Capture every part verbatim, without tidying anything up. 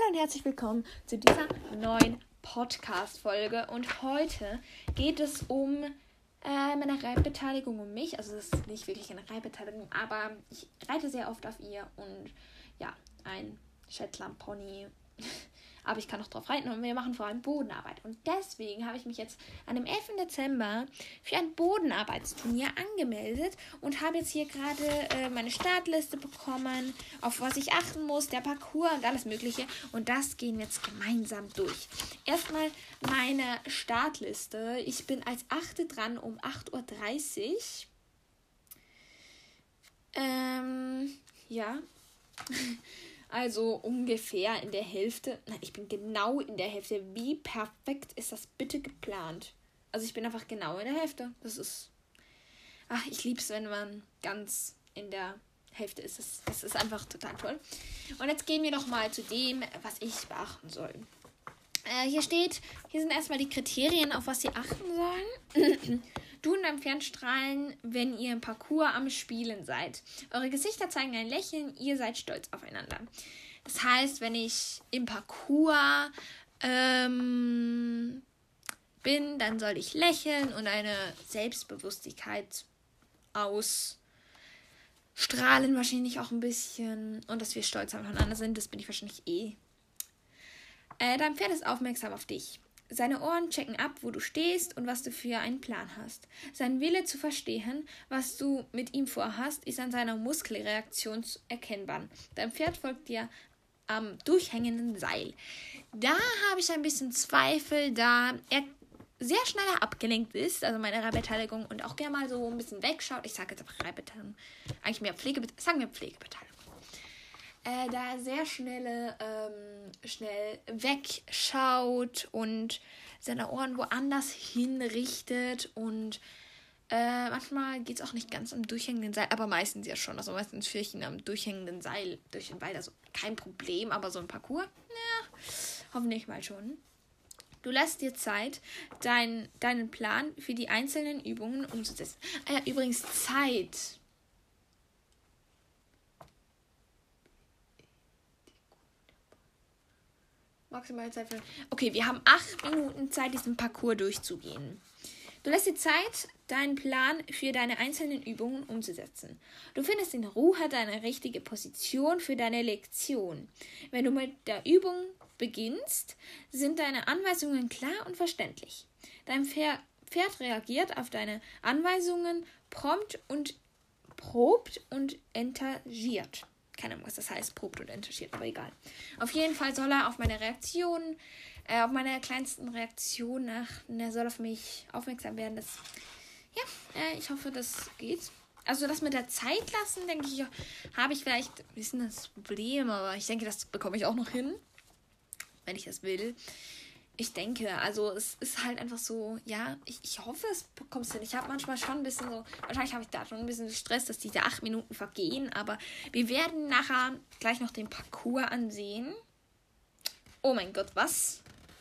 Hallo und herzlich willkommen zu dieser neuen Podcast-Folge. Und heute geht es um äh, meine Reitbeteiligung, um mich. Also es ist nicht wirklich eine Reitbeteiligung, aber ich reite sehr oft auf ihr. Und ja, ein Shetland Pony. Aber ich kann noch drauf reiten und wir machen vor allem Bodenarbeit. Und deswegen habe ich mich jetzt an dem elften Dezember für ein Bodenarbeitsturnier angemeldet und habe jetzt hier gerade äh, meine Startliste bekommen, auf was ich achten muss, der Parcours und alles Mögliche. Und das gehen wir jetzt gemeinsam durch. Erstmal meine Startliste. Ich bin als Achte dran um acht Uhr dreißig. Ähm, ja. Also ungefähr in der Hälfte. Nein, ich bin genau in der Hälfte. Wie perfekt ist das bitte geplant? Also ich bin einfach genau in der Hälfte. Das ist... Ach, ich liebe es, wenn man ganz in der Hälfte ist. Das, das ist einfach total toll. Und jetzt gehen wir noch mal zu dem, was ich beachten soll. Äh, hier steht, hier sind erstmal die Kriterien, auf was Sie achten sollen. Du und dein Fernstrahlen, wenn ihr im Parcours am Spielen seid. Eure Gesichter zeigen ein Lächeln, ihr seid stolz aufeinander. Das heißt, wenn ich im Parcours ähm, bin, dann soll ich lächeln und eine Selbstbewusstheit ausstrahlen, wahrscheinlich auch ein bisschen. Und dass wir stolz aufeinander sind, das bin ich wahrscheinlich eh. Äh, dein Pferd ist aufmerksam auf dich. Seine Ohren checken ab, wo du stehst und was du für einen Plan hast. Sein Wille zu verstehen, was du mit ihm vorhast, ist an seiner Muskelreaktion erkennbar. Dein Pferd folgt dir am durchhängenden Seil. Da habe ich ein bisschen Zweifel, da er sehr schnell abgelenkt ist, also meine Reitbeteiligung, und auch gerne mal so ein bisschen wegschaut. Ich sage jetzt einfach Reitbeteiligung, eigentlich mehr Pflegebeteiligung, sagen wir Pflegebeteiligung. Äh, da er sehr schnell, ähm, schnell wegschaut und seine Ohren woanders hinrichtet und äh, manchmal geht es auch nicht ganz am durchhängenden Seil, aber meistens ja schon, also meistens führe ich ihn am durchhängenden Seil durch den Wald, also kein Problem, aber so ein Parcours, ja, hoffentlich mal schon. Du lässt dir Zeit, dein, deinen Plan für die einzelnen Übungen umzusetzen. Äh, übrigens Zeit. Maximale Zeit für... Okay, wir haben acht Minuten Zeit, diesen Parcours durchzugehen. Du lässt dir Zeit, deinen Plan für deine einzelnen Übungen umzusetzen. Du findest in Ruhe deine richtige Position für deine Lektion. Wenn du mit der Übung beginnst, sind deine Anweisungen klar und verständlich. Dein Pferd reagiert auf deine Anweisungen prompt und probt und engagiert. Keine Ahnung, was das heißt, probt und engagiert, aber egal. Auf jeden Fall soll er auf meine Reaktionen, äh, auf meine kleinsten Reaktionen achten. Er soll auf mich aufmerksam werden. Das, ja, äh, ich hoffe, das geht. Also das mit der Zeit lassen, denke ich, habe ich vielleicht ein bisschen das Problem, aber ich denke, das bekomme ich auch noch hin, wenn ich das will. Ich denke, also es ist halt einfach so, ja, ich, ich hoffe, es bekommst du hin. Ich habe manchmal schon ein bisschen so, wahrscheinlich habe ich da schon ein bisschen Stress, dass diese acht Minuten vergehen, aber wir werden nachher gleich noch den Parcours ansehen. Oh mein Gott, was?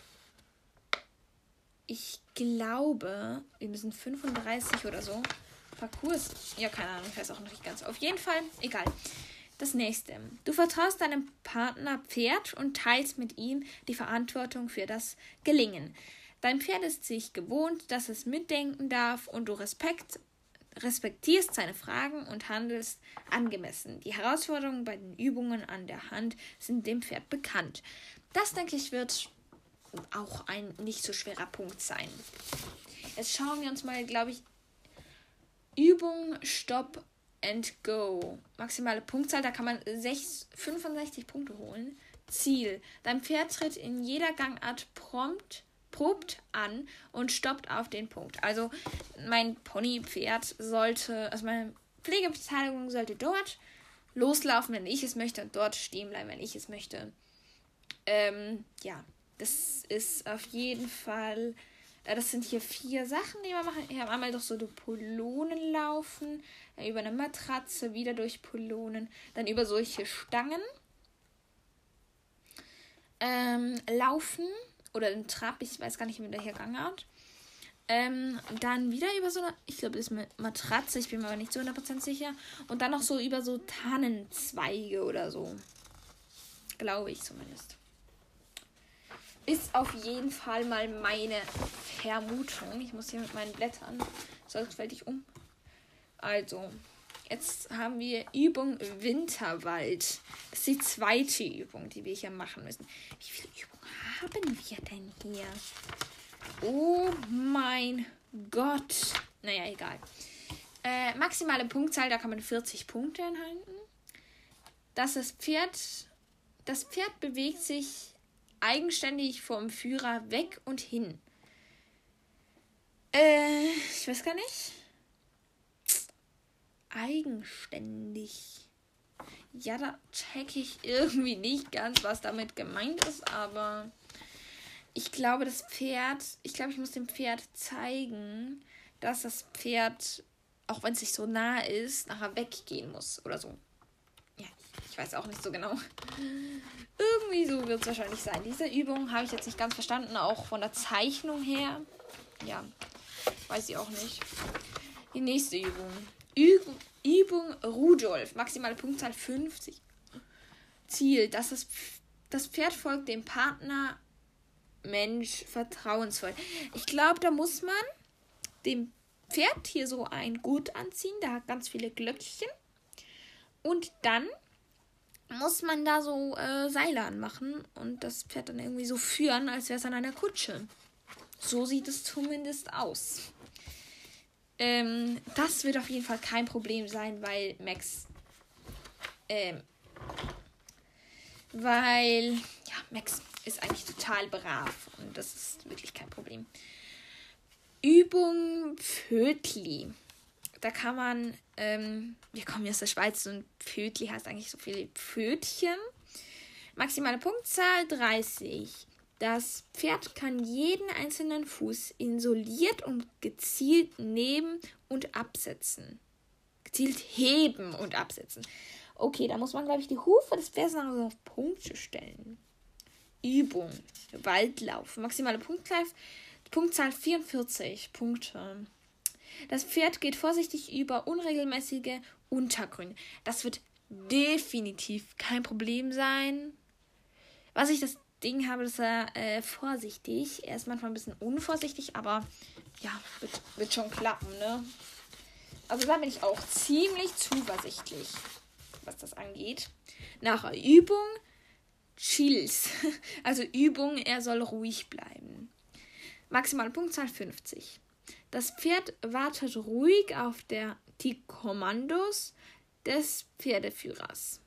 Ich glaube, wir müssen fünfunddreißig oder so. Parcours, ja, keine Ahnung, ich weiß auch noch nicht ganz. Auf jeden Fall, egal. Das nächste. Du vertraust deinem Partner Pferd und teilst mit ihm die Verantwortung für das Gelingen. Dein Pferd ist sich gewohnt, dass es mitdenken darf und du Respekt, respektierst seine Fragen und handelst angemessen. Die Herausforderungen bei den Übungen an der Hand sind dem Pferd bekannt. Das, denke ich, wird auch ein nicht so schwerer Punkt sein. Jetzt schauen wir uns mal, glaube ich, Übung, Stopp and Go. Maximale Punktzahl, da kann man fünfundsechzig Punkte holen. Ziel. Dein Pferd tritt in jeder Gangart prompt, probt an und stoppt auf den Punkt. Also mein Ponypferd sollte, also meine Pflegebeteiligung sollte dort loslaufen, wenn ich es möchte, und dort stehen bleiben, wenn ich es möchte. Ähm, ja, das ist auf jeden Fall... Das sind hier vier Sachen, die wir machen. Wir haben einmal durch so durch Pylonen laufen, dann über eine Matratze, wieder durch Pylonen, dann über solche Stangen ähm, laufen oder den Trab, ich weiß gar nicht, wie der hier Gangart. Ähm, dann wieder über so eine, ich glaube, das ist eine Matratze, ich bin mir aber nicht zu hundert Prozent sicher. Und dann noch so über so Tannenzweige oder so. Glaube ich zumindest. Ist auf jeden Fall mal meine Vermutung. Ich muss hier mit meinen Blättern sorgfältig um. Also, jetzt haben wir Übung Winterwald. Das ist die zweite Übung, die wir hier machen müssen. Wie viele Übungen haben wir denn hier? Oh mein Gott. Naja, egal. Äh, maximale Punktzahl, da kann man vierzig Punkte enthalten. Dass das Pferd, das Pferd bewegt sich eigenständig vom Führer weg und hin. Äh, ich weiß gar nicht. Eigenständig. Ja, da checke ich irgendwie nicht ganz, was damit gemeint ist, aber ich glaube, das Pferd, ich glaube, ich muss dem Pferd zeigen, dass das Pferd, auch wenn es nicht so nah ist, nachher weggehen muss oder so. Ja, ich weiß auch nicht so genau. Irgendwie so wird es wahrscheinlich sein. Diese Übung habe ich jetzt nicht ganz verstanden, auch von der Zeichnung her. Ja, weiß ich auch nicht. Die nächste Übung. Übung, Übung Rudolf. Maximale Punktzahl fünfzig. Ziel, dass das, das Pferd folgt dem Partner Mensch vertrauensvoll. Ich glaube, da muss man dem Pferd hier so ein Gurt anziehen. Da hat ganz viele Glöckchen. Und dann muss man da so äh, Seile anmachen und das Pferd dann irgendwie so führen, als wäre es an einer Kutsche. So sieht es zumindest aus. Ähm, das wird auf jeden Fall kein Problem sein, weil Max, ähm, weil, ja, Max ist eigentlich total brav und das ist wirklich kein Problem. Übung Pfötli. Da kann man, ähm, wir kommen ja aus der Schweiz und Pfötli heißt eigentlich so viele Pfötchen. Maximale Punktzahl dreißig. Das Pferd kann jeden einzelnen Fuß isoliert und gezielt nehmen und absetzen. Gezielt heben und absetzen. Okay, da muss man, glaube ich, die Hufe des Pferdes noch auf Punkte stellen. Übung. Waldlauf. Maximale Punktzahl, Punktzahl vierundvierzig Punkte. Das Pferd geht vorsichtig über unregelmäßige Untergründe. Das wird definitiv kein Problem sein. Was ich das Ding habe, ist er äh, vorsichtig. Er ist manchmal ein bisschen unvorsichtig, aber ja, wird, wird schon klappen, ne? Also da bin ich auch ziemlich zuversichtlich, was das angeht. Nach Übung chills. Also Übung, er soll ruhig bleiben. Maximale Punktzahl fünfzig. Das Pferd wartet ruhig auf der, die Kommandos des Pferdeführers.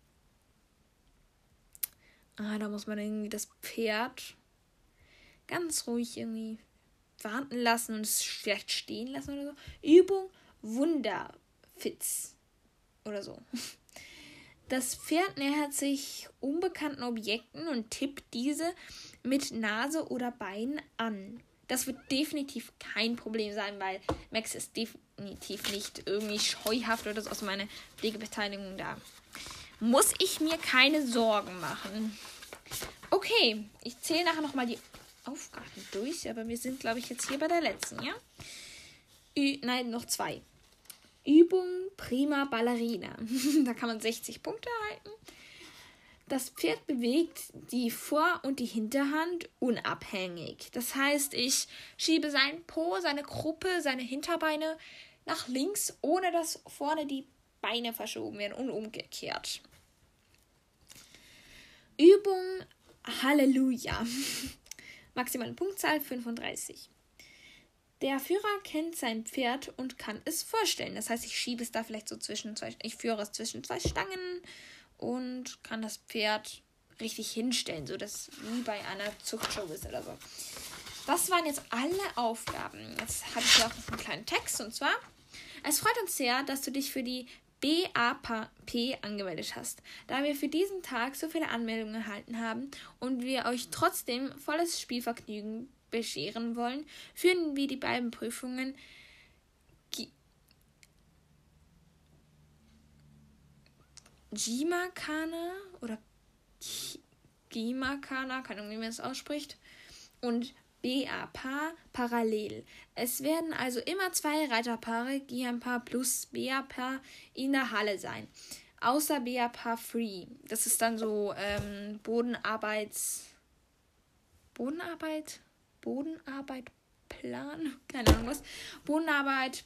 Ah, da muss man irgendwie das Pferd ganz ruhig irgendwie warten lassen und es vielleicht stehen lassen oder so. Übung Wunderfitz oder so. Das Pferd nähert sich unbekannten Objekten und tippt diese mit Nase oder Beinen an. Das wird definitiv kein Problem sein, weil Max ist definitiv nicht irgendwie scheuhaft oder so aus meiner Pflegebeteiligung da. Muss ich mir keine Sorgen machen. Okay, ich zähle nachher nochmal die Aufgaben durch, aber wir sind, glaube ich, jetzt hier bei der letzten, ja? Ü- Nein, noch zwei. Übung Prima Ballerina. Da kann man sechzig Punkte erhalten. Das Pferd bewegt die Vor- und die Hinterhand unabhängig. Das heißt, ich schiebe sein Po, seine Kruppe, seine Hinterbeine nach links, ohne dass vorne die Beine verschoben werden und umgekehrt. Übung Halleluja. Maximale Punktzahl fünfunddreißig. Der Führer kennt sein Pferd und kann es vorstellen. Das heißt, ich schiebe es da vielleicht so zwischen zwei, ich führe es zwischen zwei Stangen und kann das Pferd richtig hinstellen, so dass wie bei einer Zuchtshow ist oder so. Das waren jetzt alle Aufgaben. Jetzt habe ich hier auch noch einen kleinen Text und zwar: Es freut uns sehr, dass du dich für die B A P angemeldet hast. Da wir für diesen Tag so viele Anmeldungen erhalten haben und wir euch trotzdem volles Spielvergnügen bescheren wollen, führen wir die beiden Prüfungen G- Gimakana oder Gimakana, keine Ahnung, wie man das ausspricht, und B A P parallel. Es werden also immer zwei Reiterpaare G M P plus B A P in der Halle sein. Außer B A P Free. Das ist dann so ähm, Bodenarbeits... Bodenarbeit, Bodenarbeit, Plan, keine Ahnung was, Bodenarbeit,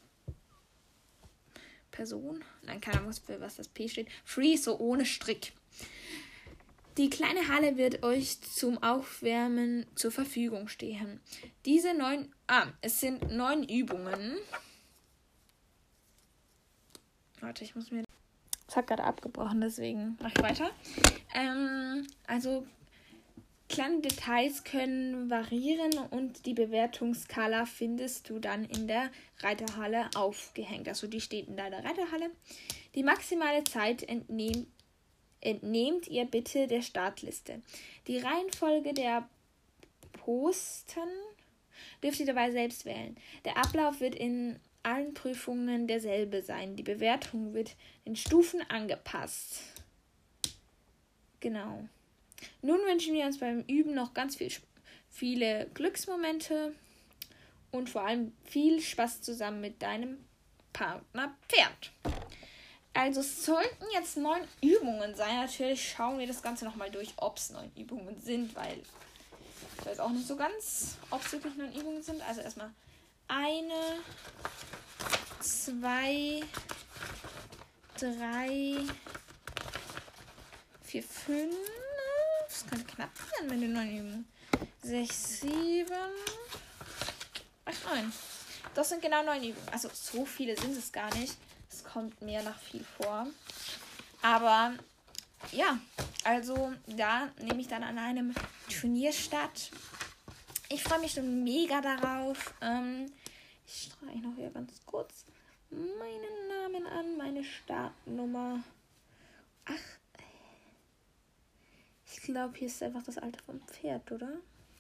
Person, nein, keine Ahnung, für was das P steht, Free, so ohne Strick. Die kleine Halle wird euch zum Aufwärmen zur Verfügung stehen. Diese neun, ah, es sind neun Übungen. Warte, ich muss mir, es hat gerade abgebrochen, deswegen mache ich weiter. Ähm, also, kleine Details können variieren und die Bewertungsskala findest du dann in der Reiterhalle aufgehängt. Also die steht in deiner Reiterhalle. Die maximale Zeit entnehmt, entnehmt ihr bitte der Startliste. Die Reihenfolge der Posten dürft ihr dabei selbst wählen. Der Ablauf wird in allen Prüfungen derselbe sein. Die Bewertung wird in Stufen angepasst. Genau. Nun wünschen wir uns beim Üben noch ganz viel, viele Glücksmomente und vor allem viel Spaß zusammen mit deinem Partner Pferd. Also es sollten jetzt neun Übungen sein. Natürlich schauen wir das Ganze nochmal durch, ob es neun Übungen sind, weil ich weiß auch nicht so ganz, ob es wirklich neun Übungen sind. Also erstmal eine, zwei, drei, vier, fünf. Das kann knapp werden mit den neun Übungen. sechs, sieben, acht, neun. Das sind genau neun Übungen. Also so viele sind es gar nicht. Es kommt mir nach viel vor. Aber ja, also da nehme ich dann an einem Turnier statt. Ich freue mich schon mega darauf. Ähm, ich streiche noch hier ganz kurz meinen Namen an, meine Startnummer. Ach, ich glaube, hier ist einfach das Alter vom Pferd, oder?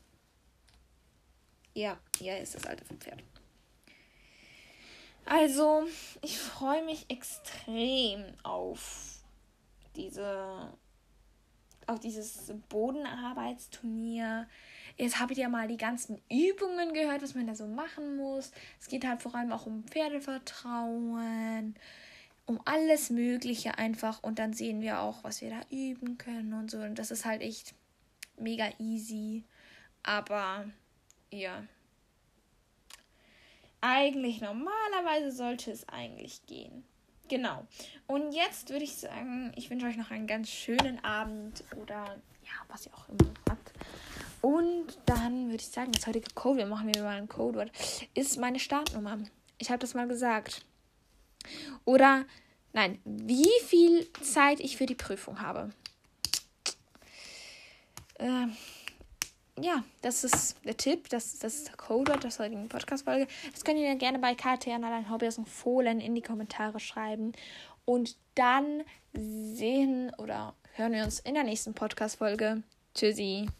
Ja, hier ist das Alter vom Pferd. Also, ich freue mich extrem auf diese, auf dieses Bodenarbeitsturnier. Jetzt habe ich ja mal die ganzen Übungen gehört, was man da so machen muss. Es geht halt vor allem auch um Pferdevertrauen, um alles Mögliche einfach. Und dann sehen wir auch, was wir da üben können und so. Und das ist halt echt mega easy. Aber, ja. Eigentlich, normalerweise sollte es eigentlich gehen. Genau. Und jetzt würde ich sagen, ich wünsche euch noch einen ganz schönen Abend oder ja, was ihr auch immer habt. Und dann würde ich sagen, das heutige Code, wir machen wieder mal ein Codewort, ist meine Startnummer. Ich habe das mal gesagt. Oder, nein, wie viel Zeit ich für die Prüfung habe. Äh, ja, das ist der Tipp, das, das ist der Codewort der heutigen Podcast-Folge. Das könnt ihr dann gerne bei K T Anna Hobby aus dem Fohlen in die Kommentare schreiben. Und dann sehen oder hören wir uns in der nächsten Podcast-Folge. Tschüssi.